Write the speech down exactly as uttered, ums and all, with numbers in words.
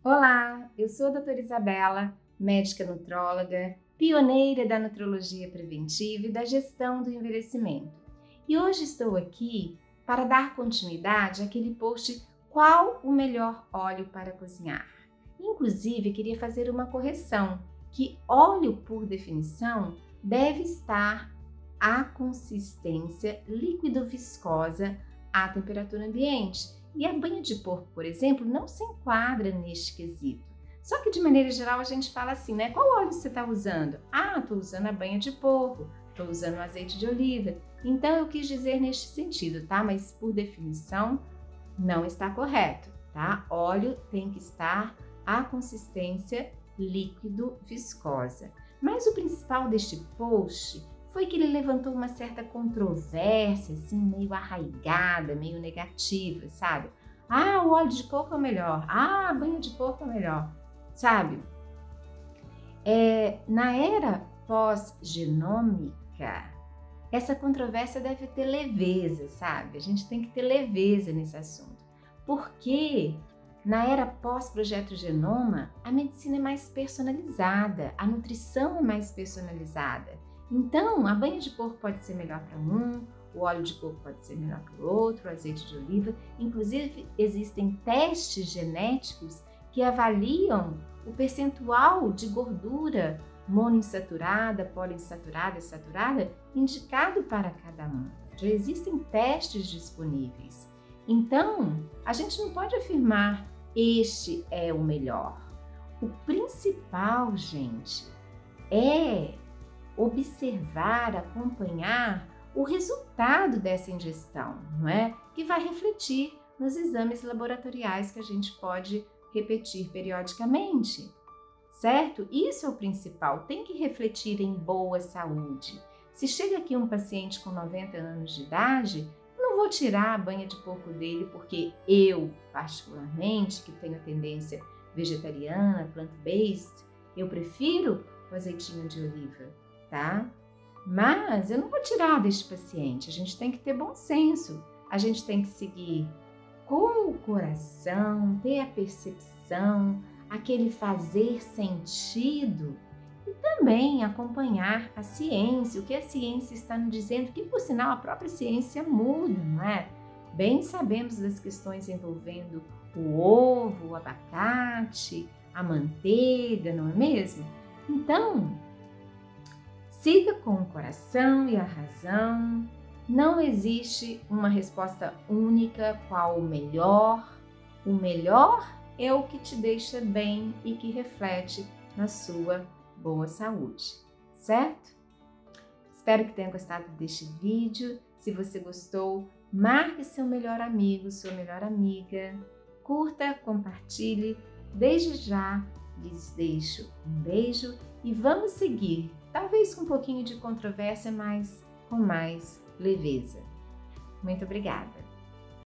Olá, eu sou a doutora Isabela, médica nutróloga, pioneira da nutrologia preventiva e da gestão do envelhecimento. E hoje estou aqui para dar continuidade àquele post Qual o melhor óleo para cozinhar? Inclusive, queria fazer uma correção, que óleo, por definição, deve estar à consistência líquido-viscosa à temperatura ambiente. E a banha de porco, por exemplo, não se enquadra neste quesito. Só que de maneira geral a gente fala assim, né? Qual óleo você está usando? Ah, estou usando a banha de porco, estou usando o azeite de oliva. Então eu quis dizer neste sentido, tá? Mas por definição não está correto, tá? Óleo tem que estar à consistência líquido-viscosa. Mas o principal deste post foi que ele levantou uma certa controvérsia, assim, meio arraigada, meio negativa, sabe? Ah, o óleo de coco é o melhor. Ah, a banha de porco é o melhor, sabe? É, na era pós-genômica, essa controvérsia deve ter leveza, sabe? A gente tem que ter leveza nesse assunto. Porque na era pós-projeto genoma, a medicina é mais personalizada, a nutrição é mais personalizada. Então, a banha de porco pode ser melhor para um, o óleo de coco pode ser melhor para o outro, o azeite de oliva. Inclusive, existem testes genéticos que avaliam o percentual de gordura monoinsaturada, poliinsaturada e saturada indicado para cada um. Já existem testes disponíveis. Então, a gente não pode afirmar este é o melhor. O principal, gente, é observar, acompanhar o resultado dessa ingestão, não é? Que vai refletir nos exames laboratoriais que a gente pode repetir periodicamente, certo? Isso é o principal, tem que refletir em boa saúde. Se chega aqui um paciente com noventa anos de idade, eu não vou tirar a banha de porco dele porque eu, particularmente, que tenho tendência vegetariana, plant-based, eu prefiro o azeitinho de oliva, tá? Mas eu não vou tirar deste paciente, a gente tem que ter bom senso, a gente tem que seguir com o coração, ter a percepção, aquele fazer sentido e também acompanhar a ciência, o que a ciência está nos dizendo, que por sinal a própria ciência muda, não é? Bem sabemos das questões envolvendo o ovo, o abacate, a manteiga, não é mesmo? Então, siga com o coração e a razão. Não existe uma resposta única qual o melhor. O melhor é o que te deixa bem e que reflete na sua boa saúde, certo? Espero que tenha gostado deste vídeo. Se você gostou, marque seu melhor amigo, sua melhor amiga. Curta, compartilhe. Desde já, lhes deixo um beijo e vamos seguir, talvez com um pouquinho de controvérsia, mas com mais leveza. Muito obrigada!